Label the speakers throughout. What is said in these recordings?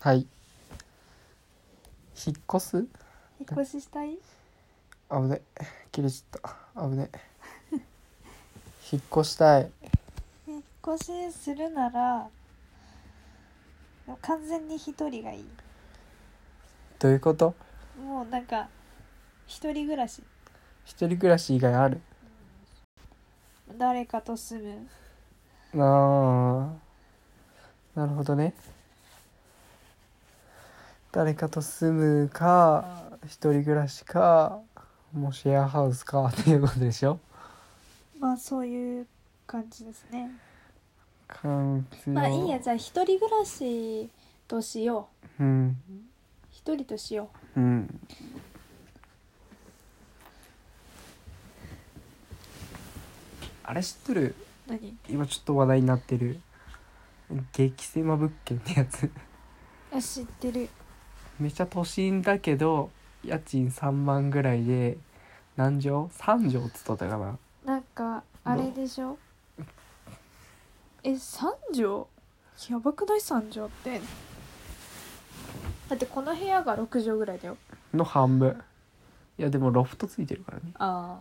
Speaker 1: はい。引っ越す？
Speaker 2: 引っ越ししたい？
Speaker 1: 危ね、切れちゃった。危ね。引っ越したい。
Speaker 2: 引っ越しするなら完全に一人がいい。
Speaker 1: どういうこと？
Speaker 2: もうなんか一人暮らし。
Speaker 1: 一人暮らし以外ある？
Speaker 2: 誰かと住む。
Speaker 1: なるほどね。誰かと住むか、一人暮らしか、もうシェアハウスかっていうことでしょ。
Speaker 2: まあそういう感じですね。
Speaker 1: 環境。
Speaker 2: まあいいや、じゃあ一人暮らしとしよう。一人としよ
Speaker 1: あれ知っとる？
Speaker 2: う。何？
Speaker 1: 今ちょっと話題になってる激狭物件ってやつ。
Speaker 2: あ、知ってる。
Speaker 1: めっちゃ都心だけど家賃3万ぐらいで、何畳 ?3 畳っつっとったかな。
Speaker 2: なんかあれでしょ。3畳やばくない？ 3 畳ってだってこの部屋が6畳ぐらいだよ。
Speaker 1: の半分。いやでもロフトついてるからね。
Speaker 2: あ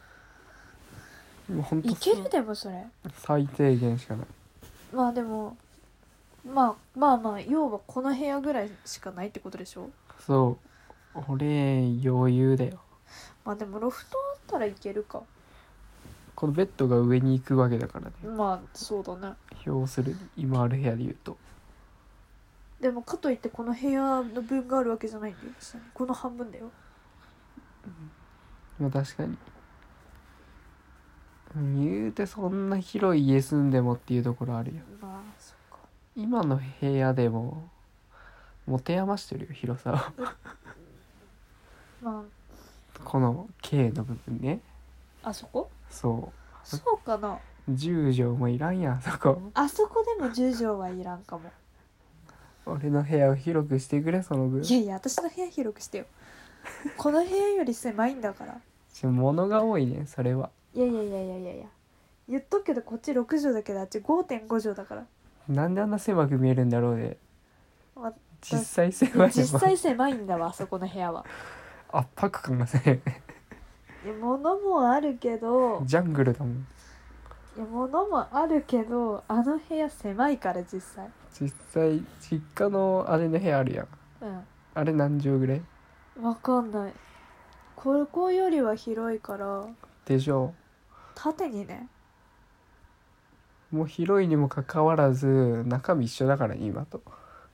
Speaker 1: もうほんと
Speaker 2: いける。でもそれ
Speaker 1: 最低限しかない。
Speaker 2: まあでもまあ要はこの部屋ぐらいしかないってことでしょ。
Speaker 1: そう俺余裕だよ。
Speaker 2: まあでもロフトあったらいけるか。
Speaker 1: このベッドが上に行くわけだからね。
Speaker 2: まあそうだね。
Speaker 1: 要するに今ある部屋で言うと。
Speaker 2: でもかといってこの部屋の分があるわけじゃないんだよ。この半分だよ。
Speaker 1: まあ確かに言うてそんな広い家住んでもっていうところあるよ。
Speaker 2: まあそっか。
Speaker 1: 今の部屋でも持て余してるよ広さを。
Speaker 2: ま
Speaker 1: この K の部分ね。
Speaker 2: あそこ
Speaker 1: そう
Speaker 2: かな。
Speaker 1: 10畳もいらんやんそこ。
Speaker 2: あそこでも10畳はいらんかも。
Speaker 1: 俺の部屋を広くしてくれその分。
Speaker 2: いやいや、私の部屋広くしてよ。この部屋より狭いんだから。
Speaker 1: 物が多いねそれは。
Speaker 2: いや言っとくけどこっち6畳だけどあっち 5.5 畳だから。
Speaker 1: なんであんな狭く見えるんだろうね。
Speaker 2: まあ
Speaker 1: 実際狭い。
Speaker 2: 実際狭いんだわあそこの部屋は。
Speaker 1: 圧迫感がする。
Speaker 2: 物もあるけど
Speaker 1: ジャングルだもん。
Speaker 2: 物もあるけどあの部屋狭いから実際。
Speaker 1: 実際実家のあれの部屋あるやん。あれ何畳ぐらい？
Speaker 2: わかんない。ここよりは広いから
Speaker 1: でしょ
Speaker 2: 縦にね。
Speaker 1: う。もう広いにもかかわらず中身一緒だからね今と。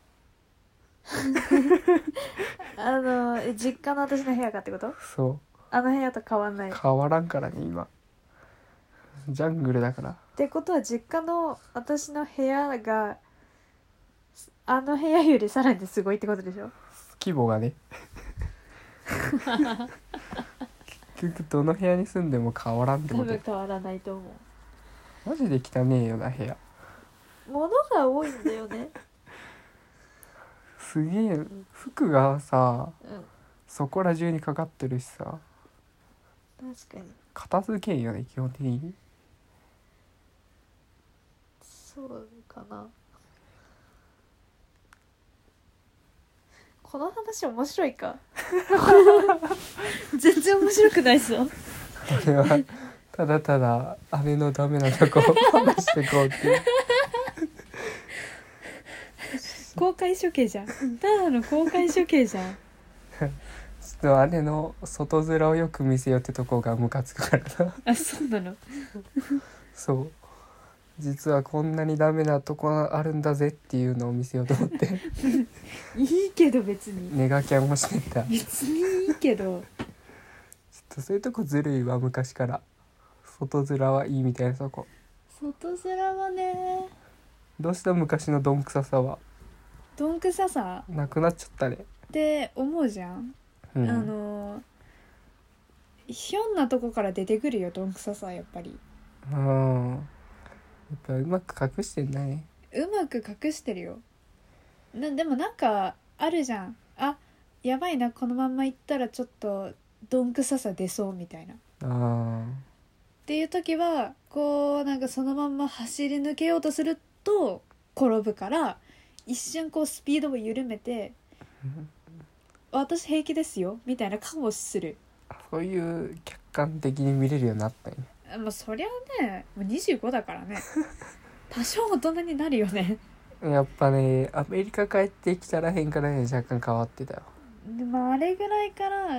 Speaker 2: 実家の私の部屋かってこと？
Speaker 1: そ
Speaker 2: あの部屋と変わんない。
Speaker 1: う変わらんからね今。ジャングルだから。
Speaker 2: ってことは実家の私の部屋があの部屋よりさらにすごいってことでしょ。
Speaker 1: 規模がね。結局どの部屋に住んでも変わらんって
Speaker 2: 多
Speaker 1: こと。
Speaker 2: 分変わらないと思
Speaker 1: マジで汚ねえよな部屋。
Speaker 2: う。物が多いんだよね。
Speaker 1: すげえ服がさ
Speaker 2: うん
Speaker 1: そこら中にかかってるしさ、
Speaker 2: 確かに
Speaker 1: 片付けんよね基本的に。
Speaker 2: そうかな。この話面白いか？全然面白くないぞ。
Speaker 1: 俺はただただ姉のダメなとこを話してこうっていう。
Speaker 2: 公開処刑じゃん。ただの公開処刑じゃん。
Speaker 1: ちょっと姉の外面をよく見せようってとこがムカつくからな。
Speaker 2: あ、そうなの。
Speaker 1: そう実はこんなにダメなとこあるんだぜっていうのを見せようと思って
Speaker 2: いいけど別に。
Speaker 1: ネガキャンもしてた。ちょ
Speaker 2: 別にいいけど。
Speaker 1: っとそういうとこずるいわ昔から。外面はいいみたいなとこ。
Speaker 2: 外面はね。
Speaker 1: どうした昔のどんくささは
Speaker 2: どんくささ
Speaker 1: なくなっちゃったね。
Speaker 2: って思うじゃん。ひょんなとこから出てくるよどんくささはやっぱり。
Speaker 1: やっぱうまく隠してんだね。
Speaker 2: うまく隠してるよ。でもなんかあるじゃん。あ、やばいな、このまんま行ったらちょっとどんくささ出そうみたいなっていう時はこうなんかそのまんま走り抜けようとすると転ぶから一瞬こうスピードを緩めて私平気ですよみたいな顔をする。
Speaker 1: そういう客観的に見れるようになったんや。
Speaker 2: まあそりゃねもう25だからね多少大人になるよね
Speaker 1: やっぱねアメリカ帰ってきたらへんからね若干変わってたよ。
Speaker 2: でもあれぐらいから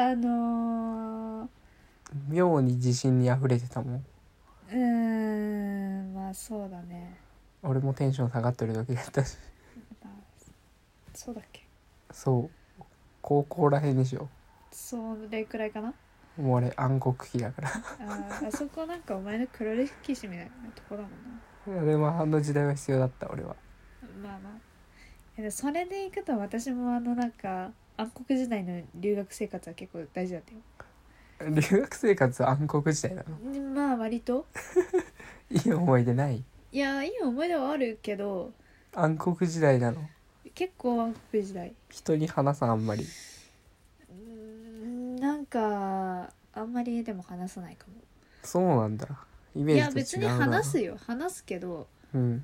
Speaker 1: 妙に自信に溢れてたもん。
Speaker 2: まあそうだね。
Speaker 1: 俺もテンション下がってる時だったし。
Speaker 2: まあそうだっけ。
Speaker 1: そう高校らへんでしょ。
Speaker 2: それくらいかな。
Speaker 1: もう俺暗黒期だから
Speaker 2: あそこなんかお前の黒歴史みたいなとこだもんな。
Speaker 1: でもあの時代は必要だった俺は。
Speaker 2: まあまあでそれでいくと私もなんか暗黒時代の留学生活は結構大事だったよ。
Speaker 1: 留学生活は暗黒時代なの？
Speaker 2: まあ割と
Speaker 1: いい思い出ない？
Speaker 2: いやいい思い出はあるけど
Speaker 1: 暗黒時代なの？
Speaker 2: 結構暗黒時代。
Speaker 1: 人に話さんあんまり。
Speaker 2: なんかあんまりでも話さないかも。
Speaker 1: そうなんだ。イメ
Speaker 2: いや
Speaker 1: ージと違うな。
Speaker 2: 別に話すよ話すけど
Speaker 1: うん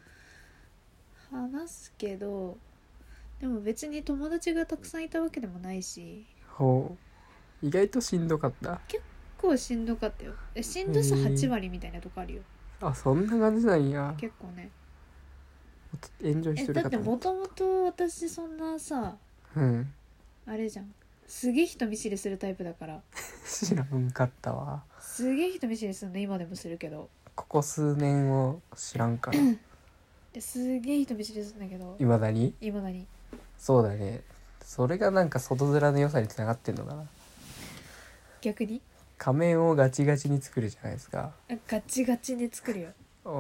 Speaker 2: 話すけどでも別に友達がたくさんいたわけでもないし
Speaker 1: ほう。意外としんどかった。
Speaker 2: 結構しんどかったよ。しんどさ8割みたいなとこあるよ。
Speaker 1: あそんな感じなんや。
Speaker 2: 結構ね。
Speaker 1: エンジョイしてる
Speaker 2: だって
Speaker 1: かと思った。
Speaker 2: もともと私そんなさ
Speaker 1: うん
Speaker 2: あれじゃんすげえ人見知りするタイプだから
Speaker 1: 知らんかったわ。
Speaker 2: すげえ人見知りするの今でもするけど
Speaker 1: ここ数年を知らんから
Speaker 2: ですげえ人見知りするんだけど
Speaker 1: いまだに。
Speaker 2: 未だに
Speaker 1: そうだね。それがなんか外面の良さにつながってんのかな。
Speaker 2: 逆に
Speaker 1: 仮面をガチガチに作るじゃないですか。
Speaker 2: ガチガチに作るよ。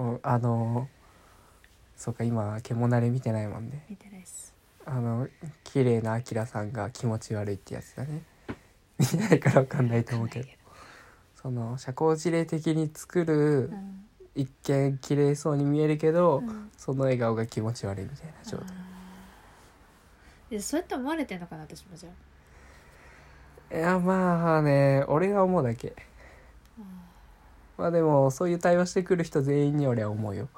Speaker 1: そうか今獣慣れ見てないもんね。
Speaker 2: 見てないっす。
Speaker 1: 綺麗なアキラさんが気持ち悪いってやつだね。見てないから分かんないと思うけど、その社交辞令的に作る、一見綺麗そうに見えるけど、その笑顔が気持ち悪いみたいな状態。
Speaker 2: そうやって思われてんのかな私もじゃ
Speaker 1: いやまあね俺が思うだけ。まあでもそういう対応してくる人全員に俺は思うよ。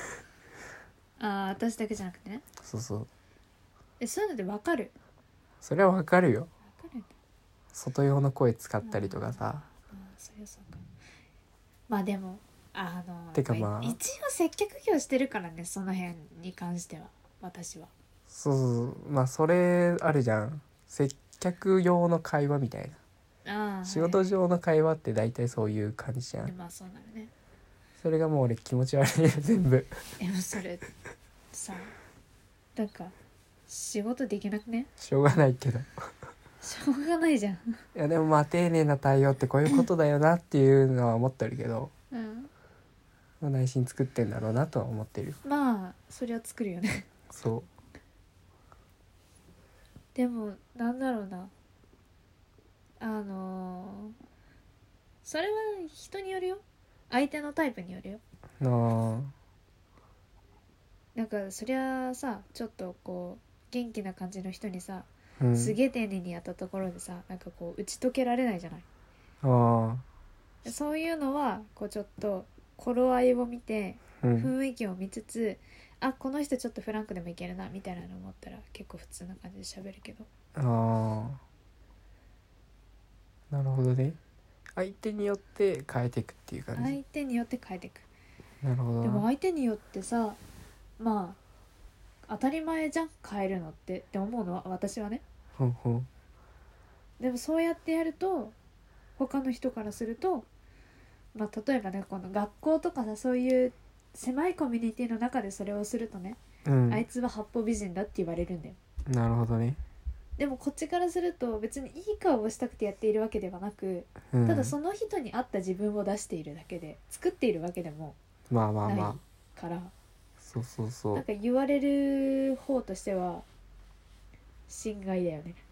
Speaker 2: 私だけじゃなくてね。
Speaker 1: そうそう
Speaker 2: そういうので分かる。
Speaker 1: それは分かるよ。
Speaker 2: 分かるんだ。
Speaker 1: 外用の声使ったりとかさ。
Speaker 2: そりゃそうか。まあでも
Speaker 1: てかまあ
Speaker 2: 一応接客業してるからねその辺に関しては私は。
Speaker 1: そうまあそれあるじゃん。接客用の会話みたいな。仕事上の会話って大体そういう感じじゃん。
Speaker 2: まあそうなるね。
Speaker 1: それがもう俺気持ち悪いよ全部。
Speaker 2: でもそれさなんか仕事できなくね。
Speaker 1: しょうがないけど
Speaker 2: しょうがないじゃん。
Speaker 1: いやでもまあ丁寧な対応ってこういうことだよなっていうのは思ってるけど、内心作ってんだろうなとは思ってる。
Speaker 2: まあそりゃ作るよね
Speaker 1: そう
Speaker 2: でもなんだろうなそれは人によるよ。相手のタイプによるよ。
Speaker 1: な
Speaker 2: なんかそりゃさちょっとこう元気な感じの人にさ、す
Speaker 1: え
Speaker 2: げえ丁寧にやったところでさなんかこう打ち解けられないじゃない。そういうのはこうちょっと頃合いを見て雰囲気を見つつ、この人ちょっとフランクでもいけるなみたいなの思ったら結構普通な感じで喋るけど。
Speaker 1: なるほどね。相手によって変えていくっていう感じ。
Speaker 2: 相手によって変えていく。
Speaker 1: なるほど。
Speaker 2: でも相手によってさまあ当たり前じゃん変えるのって思うのは私はね。でもそうやってやると他の人からすると例えばねこの学校とかさそういう狭いコミュニティの中でそれをするとね、あいつは八方美人だって言われるんだよ。
Speaker 1: なるほどね。
Speaker 2: でもこっちからすると別にいい顔をしたくてやっているわけではなく、ただその人に合った自分を出しているだけで作っているわけでもないから、
Speaker 1: そう
Speaker 2: なんか言われる方としては心外だよね。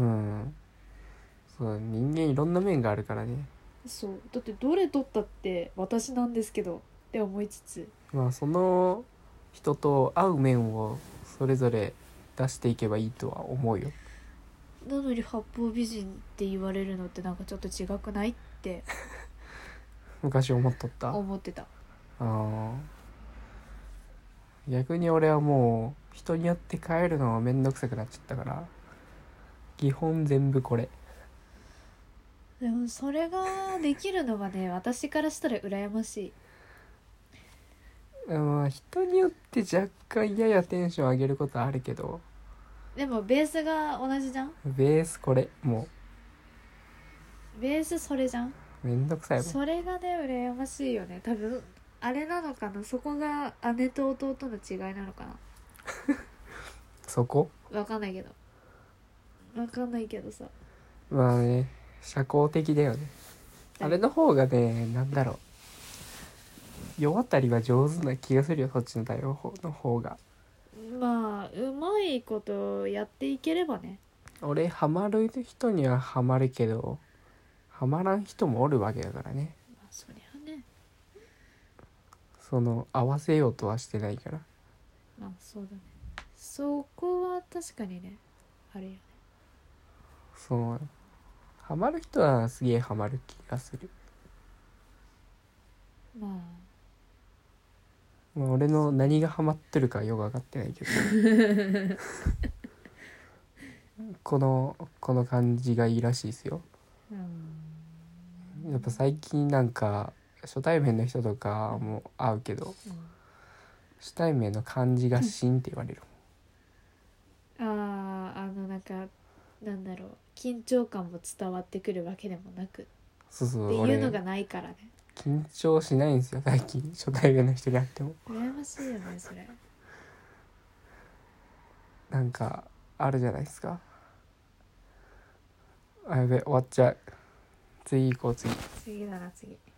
Speaker 1: そう人間いろんな面があるからね。
Speaker 2: そうだってどれ取ったって私なんですけどって思いつつ、
Speaker 1: その人と合う面をそれぞれ出していけばいいとは思うよ。
Speaker 2: なのに八方美人って言われるのってなんかちょっと違くないって
Speaker 1: 昔思っとった。
Speaker 2: 思ってた。
Speaker 1: 逆に俺はもう人によって変えるのがめんどくさくなっちゃったから基本全部これ。
Speaker 2: でもそれができるのがね私からしたら羨ましい。
Speaker 1: 人によって若干ややテンション上げることあるけど、
Speaker 2: でもベースが同じじゃん。
Speaker 1: ベースこれも
Speaker 2: ベースそれじゃん。
Speaker 1: うめんどくさいもん。
Speaker 2: それがね羨ましいよね。多分あれなのかな、そこが姉と弟の違いなのかな。
Speaker 1: そこ
Speaker 2: わかんないけどさ。
Speaker 1: まあね、社交的だよね。あれの方がね、なんだろう、世渡りは上手な気がするよ、そっちの対応の方が。
Speaker 2: まあうまいことやっていければね。
Speaker 1: 俺ハマる人にはハマるけどハマらん人もおるわけだからね。
Speaker 2: まあそりゃね。
Speaker 1: その合わせようとはしてないから。
Speaker 2: まあそうだね。そこは確かにねあるよね。
Speaker 1: そうハマる人はすげえハマる気がする。
Speaker 2: まあ
Speaker 1: まあ俺の何がハマってるかよく分かってないけどこの感じがいいらしいですよ。やっぱ最近なんか初対面の人とかも会うけど、初対面の感じがシンって言われる。
Speaker 2: なんかなんだろう、緊張感も伝わってくるわけでもなく
Speaker 1: そう
Speaker 2: っていうのがないからね。
Speaker 1: 緊張しないんですよ最近、初対面の人に会っても。
Speaker 2: 羨ましいよねそれ。
Speaker 1: なんかあるじゃないですか。あ、やべ終わっちゃう。次行こう次。
Speaker 2: 次だな次。